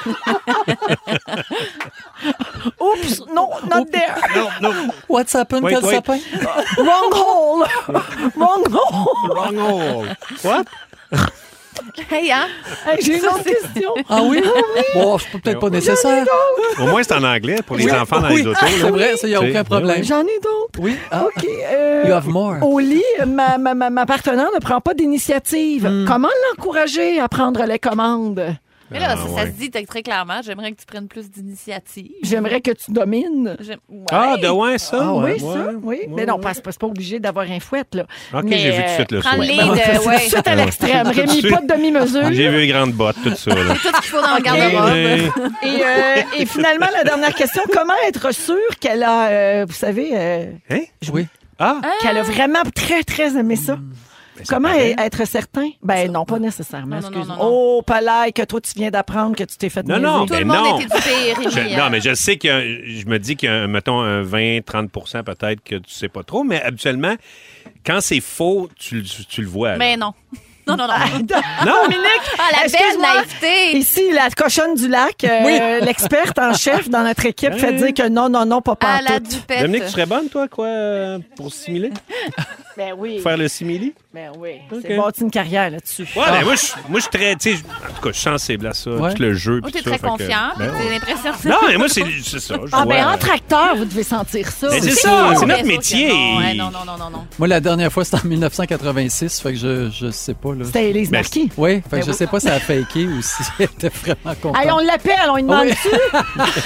Oops, no, not there. Non, non. What's happened, Wait, quel wait. sapin? Wrong hole. Wrong hole. Wrong hole. What? Hey, hein? Hey, j'ai une autre question. Ah oui? Bon, c'est peut-être pas nécessaire. Au moins, c'est en anglais pour les Oui. enfants dans Oui, les autos. c'est là. vrai, ça, il n'y a Tu sais, aucun problème. J'en ai d'autres. Oui. Ah, OK. euh, you have more. Au lit, ma, ma, ma, ma partenaire ne prend pas d'initiative. Hmm. Comment l'encourager à prendre les commandes? Mais là, Ah, ça, ça ouais. se dit très clairement. J'aimerais que tu prennes plus d'initiative. J'aimerais que tu domines. J'aime- ouais. Ah, de ouais, ça? Ah, ouais. Oui, ça, Ouais, oui. ouais, Mais non, ouais. pas- c'est pas, c'est pas obligé d'avoir un fouet, là. OK, Mais, j'ai vu tout de euh, suite le Prends le souhait. lead, euh, ouais. Tout de suite à l'extrême. Rémi, pas de demi-mesure. J'ai vu les grandes bottes, tout ça. Là. Tout ce qu'il faut dans le garde-robe. Eh, Et, euh, et finalement, la dernière question, comment être sûr qu'elle a, euh, vous savez, euh, Hein? Oui. Ah! qu'elle a vraiment très, très aimé ça? ça Comment paraît. être certain? Ben non, pas nécessairement, Non, non, non, excuse-moi. non, non. Oh, Palais, que toi, tu viens d'apprendre que tu t'es fait Non, niaiser. non, Tout ben le monde non. est éduqué, Rémi. Je- non, mais je sais qu'il y a, je me dis qu'il y a, mettons, un vingt à trente pour cent peut-être que tu sais pas trop, mais habituellement, quand c'est faux, tu, le- tu le vois. là. Mais non. Non, non, non. Non! Ah, la belle Excuse-moi. naïveté. Ici, la cochonne du lac, euh, l'experte en chef dans notre équipe, fait dire que non, non, non, pas À la pantoute. dupette. Dominique, tu serais bonne, toi, quoi, euh, pour simuler? Ben oui, Faire le simili? ben oui. Ok. C'est bâti une carrière là-dessus. Ouais, ben moi, je moi, je suis très, tu sais, je- en tout cas, je suis sensible à ça, Ouais. tout le jeu. Moi, puis t'es tout ça, très fait que- confiant. Ben J'ai ouais. l'impression que Non, mais moi, c'est c'est ça. Je Ah vois, ben, euh, entre acteurs, vous devez sentir ça. Ben, c'est c'est ça, sûr, c'est bien notre sûr métier. que non. Ouais, non, non, non, non, non. Moi, la dernière fois, c'était en dix-neuf cent quatre-vingt-six, fait que je, je sais pas, là. C'était Élise Ben, Marquis. Oui, fait que Ben je oui. sais pas si elle a faké ou si elle était vraiment contente. Hey, on l'appelle, on lui Oui. demande-tu?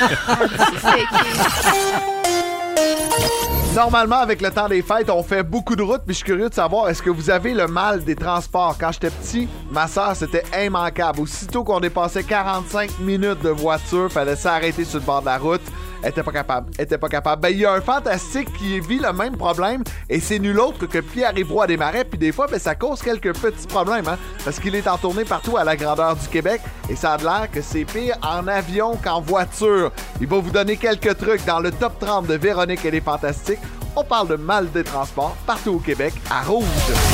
Normalement, avec le temps des fêtes, on fait beaucoup de routes, puis je suis curieux de savoir, est-ce que vous avez le mal des transports? Quand j'étais petit, ma soeur, c'était immanquable. Aussitôt qu'on dépassait quarante-cinq minutes de voiture, fallait s'arrêter sur le bord de la route. Elle était pas capable. Elle était pas capable. Ben, il y a un fantastique qui vit le même problème, et c'est nul autre que Pierre-Yves Roy Desmarais, puis des fois, ben, ça cause quelques petits problèmes, hein, parce qu'il est en tournée partout à la grandeur du Québec, et ça a l'air que c'est pire en avion qu'en voiture. Il va vous donner quelques trucs dans le top trente de Véronique et les Fantastiques. On parle de mal des transports partout au Québec, à Rouge.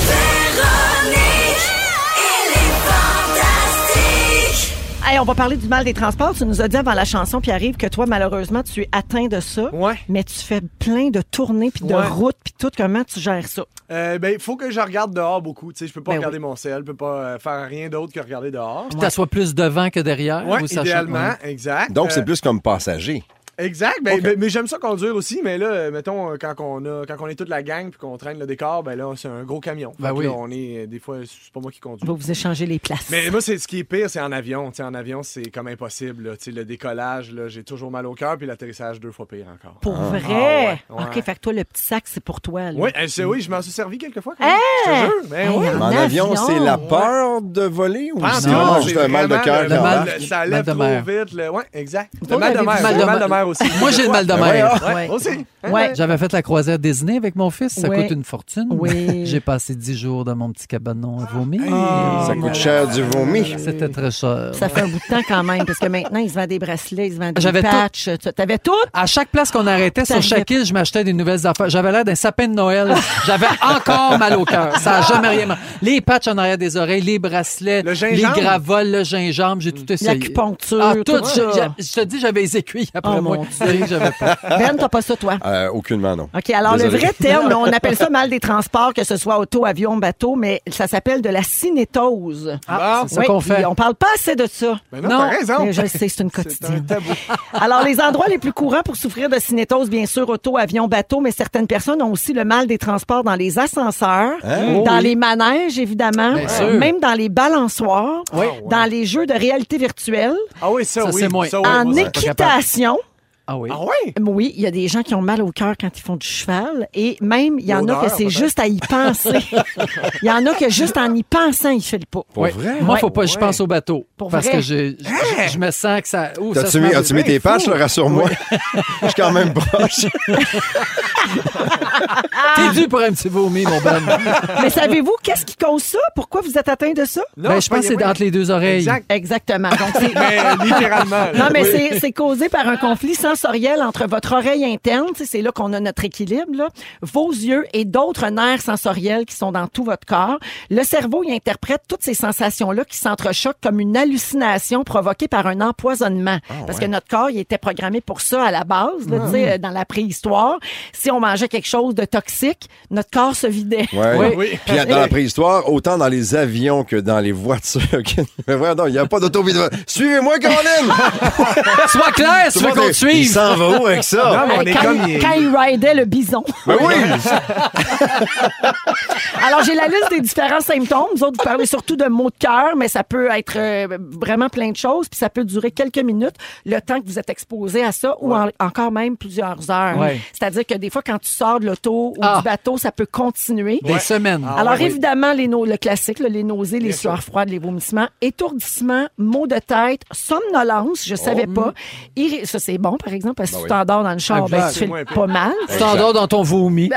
Véronique, elle est fantastique. Hey, on va parler du mal des transports. Tu nous as dit avant la chanson, Pierre-Yves, que toi, malheureusement, tu es atteint de ça. Ouais. Mais tu fais plein de tournées, puis de Ouais. routes, puis tout. Comment tu gères ça? Euh, ben, il faut que je regarde dehors beaucoup. Tu sais, je peux pas Ben regarder oui. mon cell, je peux pas euh, faire rien d'autre que regarder dehors. Puis t'assois plus devant que derrière? Ouais, ou ça change? idéalement, Ouais. exact. Donc, Euh, c'est plus comme passager. Exact, ben, Ok. ben, mais j'aime ça conduire aussi, mais là, euh, mettons, euh, quand on, a, quand on est toute la gang puis qu'on traîne le décor, ben là, c'est un gros camion. Ben Fait que oui. là, on est, euh, des fois, c'est pas moi qui conduis. Vous vous échangez les places. Mais moi, c'est ce qui est pire, c'est en avion. Tu sais, en avion, c'est comme impossible. Là. Tu sais, le décollage, là, j'ai toujours mal au cœur, puis l'atterrissage deux fois pire encore. Pour Ah. vrai? Ah ouais, ouais. OK, fait que toi, le petit sac, c'est pour toi. Là. Oui, euh, c'est- oui, je m'en suis servi quelques fois. Quand Hein? même. Je te jure. Ben, Hey, oui. en En avion, avion. c'est la peur de voler ou Ah, c'est non, vraiment c'est juste un mal de vraiment cœur? le- Le qui mal- embarque? le- ça mal lève de trop mer. vite. Le... Ouais, exact. Toi, Le mal de t'avais mer. du mal Le de mal mer. de mer aussi. Moi, j'ai le mal de Ouais, mer. ouais, Ouais. aussi. Hein? Ouais. J'avais fait la croisière Disney avec mon fils. Ça Ouais. coûte une fortune. Oui. J'ai passé dix jours dans mon petit cabanon à vomir. Ah, Ça coûte cher du vomi. C'était très cher. Ça fait un bout de temps quand même, parce que maintenant, ils se vendent des bracelets, ils se vendent des J'avais patchs. Tu- T'avais tout? À chaque place qu'on arrêtait sur T'arrivais- chaque île, je m'achetais des nouvelles affaires. J'avais l'air d'un sapin de Noël. J'avais encore mal au cœur. Ça n'a jamais rien marché. Les patchs en arrière des oreilles, les bracelets, Le les gingembre. gravoles, le gingembre, j'ai tout essayé. L'acupuncture, Ah, tout tout. ça. Je, je te dis, j'avais les aiguilles après Oh, moi. mon C'est rien que j'avais pas. Ben, t'as pas ça, toi? Euh, aucunement, non. OK, alors Désolé. le vrai terme, on appelle ça mal des transports, que ce soit auto, avion, bateau, mais ça s'appelle de la cinétose. Ah, c'est ça Oui, qu'on fait. puis on parle pas assez de ça. Ben non, Non. t'as raison. Mais je le sais, c'est une C'est un quotidienne. tabou. Alors, les endroits les plus courants pour souffrir de cinétose, bien sûr, auto, avion, bateau, mais certaines personnes ont aussi le mal des transports dans les ascenseurs, Hein? dans oui. les manèges, évidemment, Bien sûr. même dans les balançoires, Oui. dans les jeux de réalité virtuelle, Ah oui, ça, Ça, oui. c'est moi. Ça, oui, en moi, ça. pas capable. équitation. Ah oui? Ah ouais? Oui, il y a des gens qui ont mal au cœur quand ils font du cheval. Et même, il y en a L'odeur, que c'est peut-être. juste à y penser. Il y en a que juste en y pensant, il fait le pas. Pour Ouais. vrai? Moi, Ouais. faut pas que je pense au bateau. Pour parce vrai? que je, je, je me sens que ça. Ouh, ça se T'as-tu mis, met- as-tu mis tes patchs, là, rassure-moi? Je suis quand même proche. T'es dû pour un petit vomi, mon Ben. Mais savez-vous qu'est-ce qui cause ça? Pourquoi vous êtes atteint de ça? Non, Ben, je pense que c'est oui. entre les deux oreilles. Exact. Exactement. Donc, c'est... Mais euh, littéralement. Non, mais Oui. c'est, c'est causé par un conflit sensoriel entre votre oreille interne, tu sais, c'est là qu'on a notre équilibre, là, vos yeux et d'autres nerfs sensoriels qui sont dans tout votre corps. Le cerveau, il interprète toutes ces sensations-là qui s'entrechoquent comme une hallucination provoquée par un empoisonnement. Parce que notre corps, il était programmé pour ça à la base, là, tu sais, dans la préhistoire. Si on mangeait quelque chose de toxique, notre corps se vidait. Ouais. Oui, oui. Puis dans la préhistoire, autant dans les avions que dans les voitures. Mais voilà, non, il n'y a pas d'auto-vidéo. Suivez-moi, Caroline! Sois clair, si tu veux qu'on te Il suive. s'en va où avec ça? Non, mais on est quand, comme... il- quand il ridait le bison. Ben oui! Alors, j'ai la liste des différents symptômes. Vous autres, vous parlez surtout de maux de cœur, mais ça peut être euh, vraiment plein de choses, puis ça peut durer quelques minutes, le temps que vous êtes exposé à ça, ou en- encore même plusieurs heures. Ouais. C'est-à-dire que des fois, quand tu sors de l'auto ou Ah. du bateau, ça peut continuer. Des semaines. Ah, Alors, ouais, oui. évidemment, les no- le classique, là, les nausées, les Bien sûr. sueurs froides, les vomissements, étourdissement, maux de tête, somnolence, je savais pas. Irri- ça, c'est bon, par exemple, parce que si tu t'endors dans le char, ben, Exact. tu fais C'est moins pas mal. Tu t'endors dans ton vomi.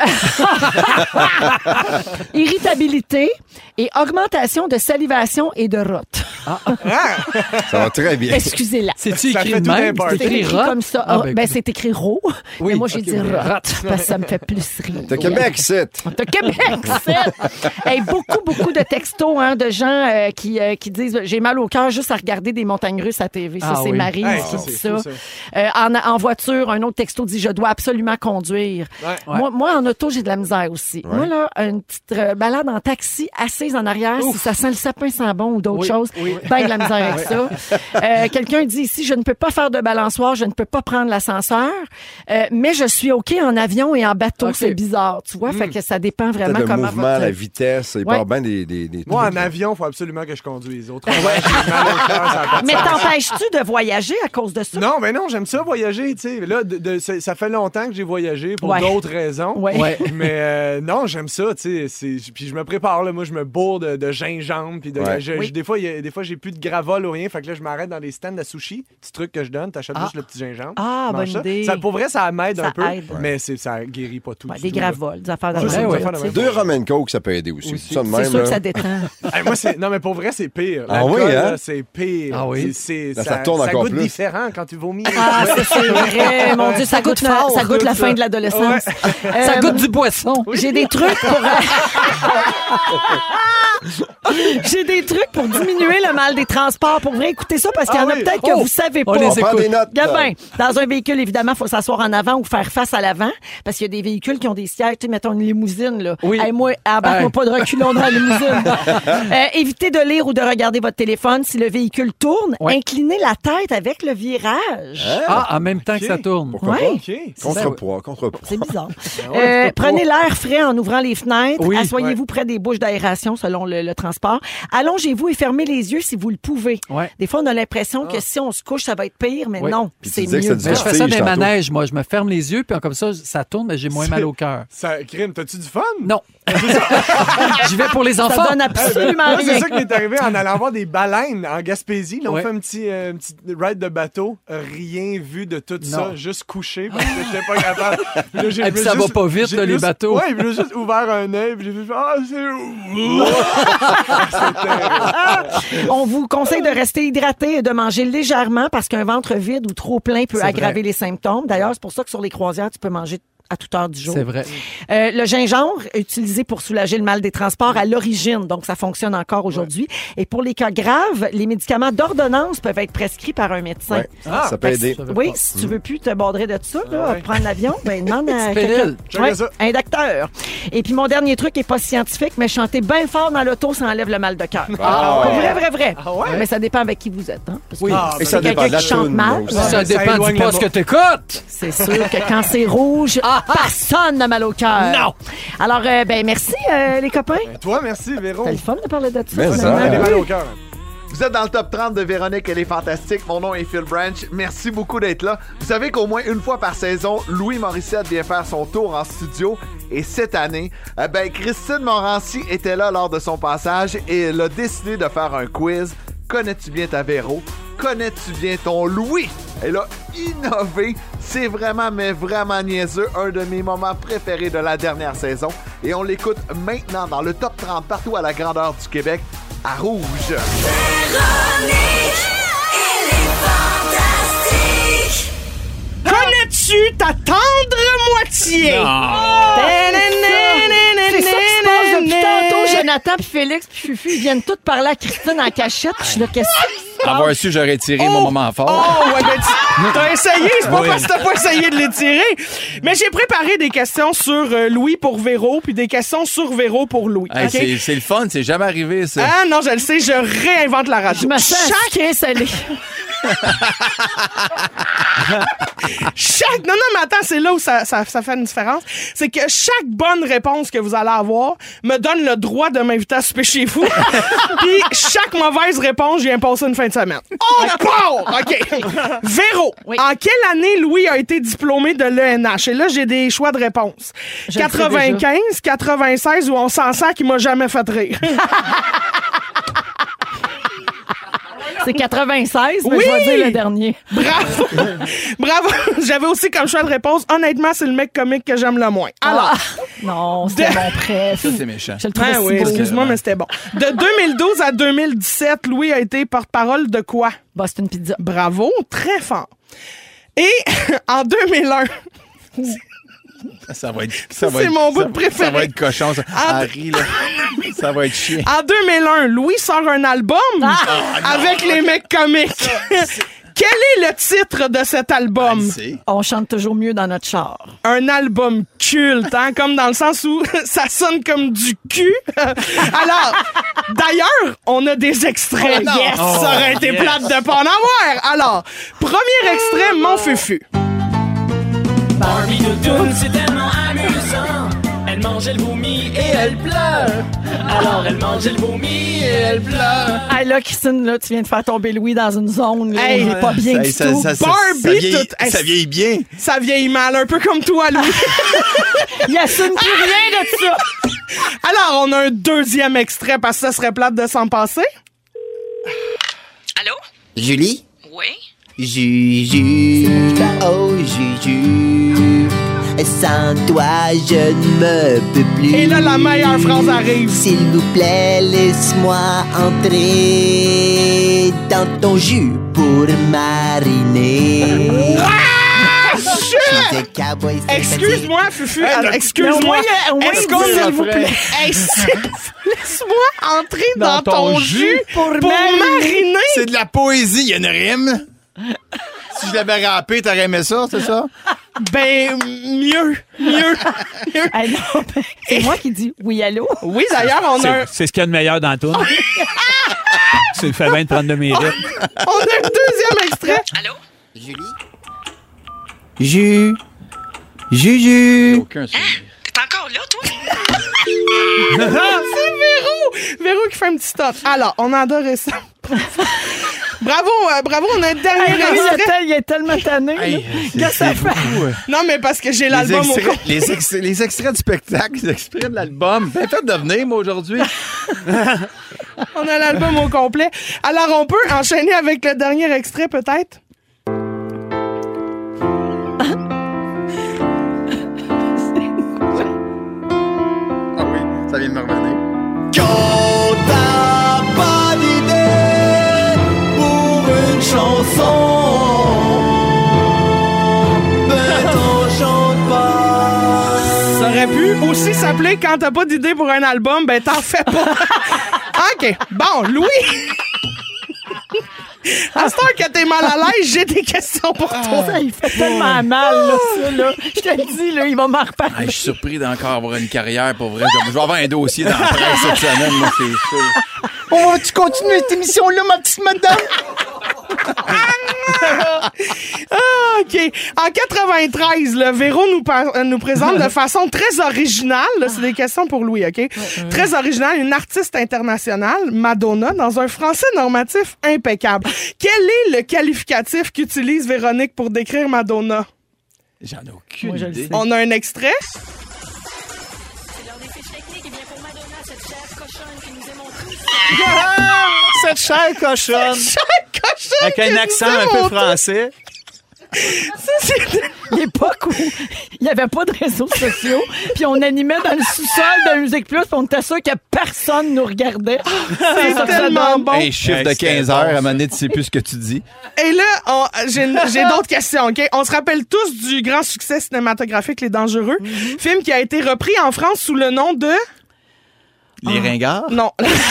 Irritabilité et augmentation de salivation et de rotte. Ça va très bien. Excusez-la. C'est-tu Ça écrit fait de tout un même? party. C'est C'est écrit écrit rot? comme ça. Ah, Ah, ben, ben, c'est écrit ro. Oui, Mais moi, j'ai ok, dit oui. rot parce que ça me fait plus rire. T'as Québec, c'est. De Québec, c'est. Hey, beaucoup, beaucoup de textos hein, de gens euh, qui, euh, qui disent j'ai mal au cœur juste à regarder des montagnes russes à T V. Ça, Ah c'est oui. Marie Hey, qui ça, dit c'est ça. fou, ça. Euh, en, en voiture, un autre texto dit je dois absolument conduire. Ouais. Moi, moi, en auto, j'ai de la misère aussi. Ouais. Moi, là, une petite euh, balade en taxi assise en arrière, si ça sent le sapin sans bon ou d'autres Oui, choses, oui. ben de la misère avec ça. Euh, quelqu'un dit ici, je ne peux pas faire de balançoire, je ne peux pas prendre l'ascenseur, euh, mais je suis OK en avion et en bateau. OK. C'est bizarre, tu vois. Fait que ça dépend vraiment Le comment mouvement, votre- la vitesse, il Ouais. part bien des, des, des Moi, trucs. en avion, il faut absolument que je conduise. Autrement, j'ai mal au cœur, ça a pas de Mais sens. t'empêches-tu de voyager à cause de ça? Non, mais non, j'aime ça voyager, tu sais. Là, de- de- ça ça fait longtemps que j'ai voyagé pour Ouais. d'autres raisons. Ouais. Ouais. Mais euh, non, j'aime ça, tu sais. c'est- Puis je me prépare, là. Moi, je me bourre de, de gingembre. Puis de, Ouais. je- Oui. je- des fois, il y a- des fois, j'ai plus de gravol ou rien. Fait que là, je m'arrête dans les stands à sushi. Petit truc que je donne. T'achètes Ah. juste le petit gingembre. Ah, tu manges bonne ça. idée. Ça, pour vrai, ça m'aide Ça un peu. aide. Mais c'est- ça guérit pas tout. Ouais, du des tout, là. gravoles, des affaires de Ouais, même, c'est ouais. tu sais. Deux rum and coke, ça peut aider aussi. Aussi. Ça de C'est même, sûr que là. ça détend. Hey, moi, c'est... Non, mais pour vrai, c'est pire. Ah L'alcool, oui, hein? là, c'est pire. Ah oui? C'est, c'est- Là, ça, ça tourne ça encore goûte plus. différent quand tu vomis. Ah, ça, c'est vrai. Mon Dieu, ça goûte, la, fort, ça goûte la tout fin ça. de l'adolescence. Ça Euh, goûte du poisson. J'ai des trucs pour... J'ai des trucs pour diminuer le mal des transports. Pour vrai, écoutez ça parce qu'il y en Ah a oui. peut-être que Oh, vous savez on pas. les On prend écoute. des notes. Gabin, dans un véhicule, évidemment, il faut s'asseoir en avant ou faire face à l'avant parce qu'il y a des véhicules qui ont des sièges, tu sais, mettons une limousine, là. Oui. Hey, moi, embarque-moi Ouais. pas de reculons dans la limousine. Euh, évitez de lire ou de regarder votre téléphone. Si le véhicule tourne, Ouais. inclinez la tête avec le virage. Ah, en même temps que Ok. ça tourne. Pourquoi Ouais. pas? OK. Contrepoids, contrepoids. C'est bizarre. ouais, Euh, tu peux prenez l'air frais en ouvrant les fenêtres. Oui. Asseyez-vous près des bouches d'aération selon le, le transport. Allongez-vous et fermez les yeux si vous le pouvez. Ouais. Des fois, on a l'impression que si on se couche, ça va être pire, mais Oui. non, Puis tu c'est disais que mieux. c'était Mais je fais ça dans les Vertige, tantôt. manèges, moi. Je me ferme les yeux, puis comme ça, ça tourne, mais j'ai moins mal au cœur. Ça, crime, t'as-tu du fun? Non. J'y vais pour les Ça enfants. donne absolument Moi, rien. c'est ça qui m'est arrivé en allant voir des baleines en Gaspésie. Là, on Ouais. fait un petit, euh, un petit ride de bateau. Rien vu de tout ça. Non. Juste couché parce que j'étais pas capable. Puis là, j'ai- Et puis j'ai ça va juste- pas vite, j'ai là, les juste- bateaux. Ouais, puis j'ai juste ouvert un œil. Puis j'ai fait ah, c'est C'était. On vous conseille de rester hydraté et de manger légèrement parce qu'un ventre vide ou trop plein peut C'est aggraver vrai. les symptômes. D'ailleurs, c'est pour ça que sur les croisières, tu peux manger à toute heure du jour. C'est vrai. Euh, le gingembre, utilisé pour soulager le mal des transports à l'origine, donc ça fonctionne encore aujourd'hui. Et pour les cas graves, les médicaments d'ordonnance peuvent être prescrits par un médecin. Ouais. Ah, Ça peut Fait que aider. si- oui, si tu veux plus te bordrer de ça, là, ouais. prendre l'avion, ben demande à Petite quelqu'un. pilule. Checkez ça. un docteur. Et puis mon dernier truc est pas scientifique, mais chanter bien fort dans l'auto, ça enlève le mal de cœur. Ah ouais. Vrai, vrai, vrai. Ah ouais? Mais ça dépend avec qui vous êtes. Hein? Parce que Oui. Ah, Et ben, ça quelqu'un dépend de la qui chante toune, mal. aussi. Ouais. Ça Ça dépend éloigne du la poste que mo- t'écoutes. C'est sûr que quand c'est rouge, personne n'a mal au cœur. Non. Alors, euh, ben merci, euh, les copains. Toi, merci, Véro. C'était le fun de parler de ça. Mais Ça ça, me fait finalement. mal au cœur. Vous êtes dans le top trente de Véronique, elle est fantastique. Mon nom est Phil Branch. Merci beaucoup d'être là. Vous savez qu'au moins une fois par saison, Louis Morissette vient faire son tour en studio. Et cette année, euh, ben, Christine Morancy était là lors de son passage et elle a décidé de faire un quiz. Connais-tu bien ta Véro? Connais-tu bien ton Louis? Elle a innové. C'est vraiment, mais vraiment niaiseux. Un de mes moments préférés de la dernière saison. Et on l'écoute maintenant dans le top trente partout à la grandeur du Québec, à Rouge. Véronique, elle est fantastique. Connais-tu ta tendre moitié? C'est ça qui se passe depuis tantôt. Jonathan, puis Félix, puis Fufu, ils viennent tous parler à Christine en cachette. Je suis là, qu'est-ce que c'est? Avoir su, j'aurais tiré Oh! mon moment fort. Oh, ouais, ben, tu- t'as essayé, c'est pas Oui. parce que t'as pas essayé de l'étirer. Mais j'ai préparé des questions sur euh, Louis pour Véro, puis des questions sur Véro pour Louis. Hey, OK? c'est, c'est le fun, c'est jamais arrivé, ça. Ah non, je le sais, je réinvente la radio. Je me sens Chaque... salé. chaque... Non, non, mais attends, c'est là où ça, ça, ça fait une différence. C'est que chaque bonne réponse que vous allez avoir me donne le droit de m'inviter à souper chez vous. Puis chaque mauvaise réponse, je viens passer une fin de semaine. On part! OK. Véro, Oui. en quelle année Louis a été diplômé de l'E N H? Et là, j'ai des choix de réponse. Je le sais quatre-vingt-quinze, quatre-vingt-seize ou on s'en sert qui m'a jamais fait rire? C'est quatre-vingt-seize, mais Oui! je vais dire le dernier. Bravo! Bravo! J'avais aussi comme choix de réponse, honnêtement, c'est le mec comique que j'aime le moins. Alors, Ah, non, c'était De- mon préf. Ça, c'est méchant. Je le trouvais ah si oui, beau. excuse-moi, mais c'était bon. De deux mille douze à deux mille dix-sept, Louis a été porte-parole de quoi? Bah, c'est une pizza. Bravo, très fort. Et en deux mille un, Ça va être. Ça c'est mon bout ça- de préféré. Ça va être cochon, ça. Ah, Harry, là. Ça va être chiant. en deux mille un, Louis sort un album avec les mecs comiques. Quel est le titre de cet album? C'est- On chante toujours mieux dans notre char. Un album culte, hein, comme dans le sens où ça sonne comme du cul. Alors, d'ailleurs, on a des extraits. Yes! Ça aurait été plate de pas en avoir. Alors, premier extrait, mon fufu. Barbie Doudoune, c'est tellement amusant. Elle mangeait le vomi et elle pleure. Alors elle mangeait le vomi et elle pleure. Hey, là, Christine, là, tu viens de faire tomber Louis dans une zone. Là, Hey, il est pas bien Hey, du ça, tout. ça, ça, Barbie, ça vieillit, tout- ça vieillit bien. Ça vieillit mal, un peu comme toi, Louis. Il assume plus rien de ça. Alors, on a un deuxième extrait parce que ça serait plate de s'en passer. Allô? Julie? Oui? Juju, oh Juju, sans toi je ne me peux plus. Et là, la meilleure phrase arrive. S'il vous plaît, laisse-moi entrer dans ton jus pour mariner. Ah! Je suis un cowboy sympathique. Excuse-moi, Fufu. Alors, Mais au excuse-moi. moins, il y a- au moins, Est-ce il qu'on dit, s'il s'il vous vous plaît? plaît. Hey, s'il- laisse-moi entrer dans, Dans ton, ton jus jus pour, pour mariner. C'est de la poésie, il y a une rime. Si je l'avais râpé, t'aurais aimé ça, c'est ça? Ben, mieux, mieux. mieux. Hey, non, ben, c'est moi qui dis oui, allô? Oui, d'ailleurs, on a, un, C'est, c'est ce qu'il y a de meilleur dans tout. C'est le fait bien de prendre de mérite. on a un deuxième extrait. Allô? Julie? Jus. Juju. Aucun souci. T'es encore là, toi? C'est Véro. Véro qui fait un petit stop. Alors, on adorait ça. Bravo, euh, bravo, on a un dernier Hey, lui, il, est extrait. tel- il est tellement tanné. là. Hey, c'est- Qu'est-ce que ça c'est fait? beaucoup, euh. Non, mais parce que j'ai Les l'album au extraits, complet. les, ex- les extraits du spectacle, les extraits de l'album. Ben, faites de venir, moi, aujourd'hui. On a l'album au complet. Alors, on peut enchaîner avec le dernier extrait, peut-être? Ah oui, ça vient de me revenir. Quand t'as pas d'idée pour une chanson, ben t'en chante pas. Ça aurait pu aussi s'appeler Quand t'as pas d'idée pour un album, ben t'en fais pas. OK. Bon, Louis. À ce temps que t'es mal à l'aise, j'ai des questions pour toi. Ça, il fait tellement mal, là, ça, là. Je te le dis, là, il va m'en reparler. Hey, je suis surpris d'encore avoir une carrière pour vrai. Je vais avoir un dossier dans la presse cette semaine, moi, c'est sûr. On va-tu continuer cette émission-là, ma petite madame? Ah, OK. En quatre-vingt-treize, le Véro nous, par- euh, nous présente de façon très originale, là, c'est des questions pour Louis, OK? Très originale, une artiste internationale, Madonna, dans un français normatif impeccable. Quel est le qualificatif qu'utilise Véronique pour décrire Madonna? J'en ai aucune Moi, je le idée. sais. On a un extrait. Cette chère cochonne. Cette chère cochonne. Avec un que accent nous un peu avons- français. Ça, c'est l'époque où il n'y avait pas de réseaux sociaux, puis on animait dans le sous-sol de Musique Plus, puis on était sûr que personne nous regardait. C'est ça que ça tellement donne. bon. Un chiffre Hey, de c'était quinze bon, heures, ça. à un moment donné, tu sais plus ce que tu dis. Et là, on- j'ai, j'ai d'autres questions, OK? On se rappelle tous du grand succès cinématographique Les Dangereux, film qui a été repris en France sous le nom de... Les ringards? Non.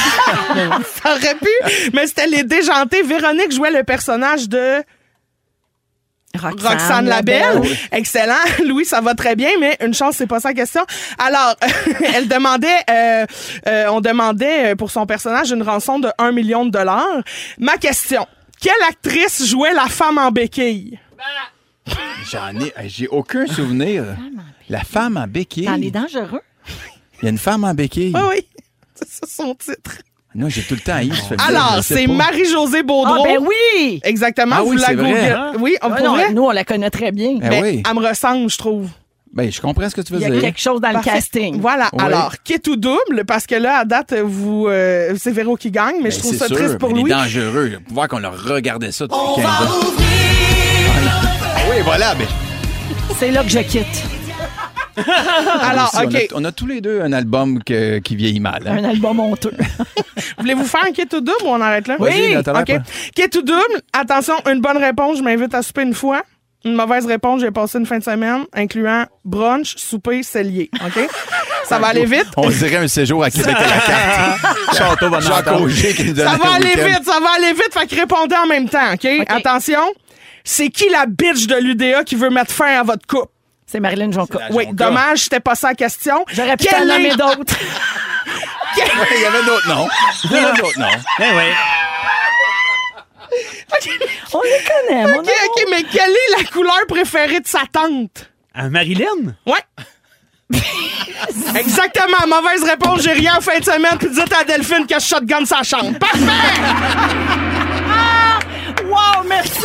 Ça aurait pu, mais c'était Les Déjantés. Véronique jouait le personnage de... Roxane, Roxane Labelle. Labelle. Excellent. Louis, ça va très bien, mais une chance, c'est pas ça la question. Alors, elle demandait, euh, euh, on demandait pour son personnage une rançon de un million de dollars. Ma question, quelle actrice jouait la femme en béquille? J'en ai, j'ai aucun souvenir. La femme en béquille. Dans Les Dangereux. Il y a une femme en béquille. Ah oui, c'est ça son titre. Non, j'ai tout le temps haï ce film. Alors, Je sais c'est pas. Marie-Josée Baudreau. Ah, ben oui! Exactement, Ah vous oui, la c'est vrai, googlez. hein? Oui, on Ah pourrait. non, nous, on la connaît très bien. Ben Mais oui. elle me ressemble, je trouve. Ben, je comprends ce que tu veux Il y a dire. quelque chose dans le Parfait. casting. Voilà. Oui. Alors, qui est tout double? Parce que là, à date, vous, euh, c'est Véro qui gagne, mais Ben, je trouve c'est ça sûr, triste pour mais Louis. Il est dangereux. Pour voir qu'on leur regardait ça depuis On quinze va ans. ouvrir Oui, voilà. Ben, C'est là que je quitte. Alors, aussi, OK. on, a, on a tous les deux un album que- qui vieillit mal. hein. Un album honteux. Voulez-vous faire un qui est tout double ou on arrête là? Vas-y, là, t'as l'air OK. pas- Qui est tout double? Attention, une bonne réponse, je m'invite à souper une fois. Une mauvaise réponse, j'ai passé une fin de semaine, incluant brunch, souper, cellier. OK? Ça va aller vite. On dirait un séjour à Québec à la carte. Château Jacques Auger qui nous donne Ça va un aller week-end. vite, ça va aller vite, fait que répondez en même temps, OK? Attention, c'est qui la bitch de l'U D A qui veut mettre fin à votre couple? C'est Marilyn Jonca. Oui, dommage, c'était pas ça la question. J'aurais pu Quel t'en nommer est- d'autres. Il y avait d'autres noms. Il y avait d'autres noms. Eh oui. On les connaît, mon OK, OK, mais quelle est la couleur préférée de sa tante? À Marilyn? Ouais. Exactement, mauvaise réponse, j'ai rien en fin de semaine, puis dites à Delphine que je shotgun sa chambre. Parfait! Wow, merci.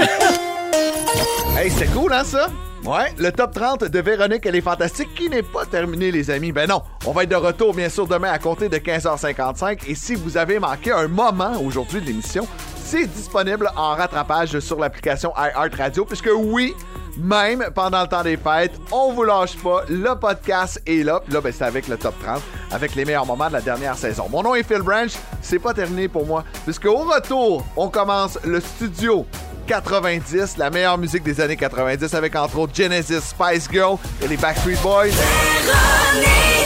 Hey, c'était cool, hein, ça? Ouais, le top trente de Véronique, elle est fantastique, qui n'est pas terminé, les amis. Ben non, on va être de retour, bien sûr, demain à compter de quinze heures cinquante-cinq. Et si vous avez manqué un moment aujourd'hui de l'émission, c'est disponible en rattrapage sur l'application iHeartRadio, puisque oui, même pendant le temps des fêtes, on vous lâche pas, le podcast est là. Puis là, ben, c'est avec le top trente, avec les meilleurs moments de la dernière saison. Mon nom est Phil Branch, c'est pas terminé pour moi, puisque au retour, on commence le studio quatre-vingt-dix, la meilleure musique des années quatre-vingt-dix, avec entre autres Genesis, Spice Girl et les Backstreet Boys. Véronique!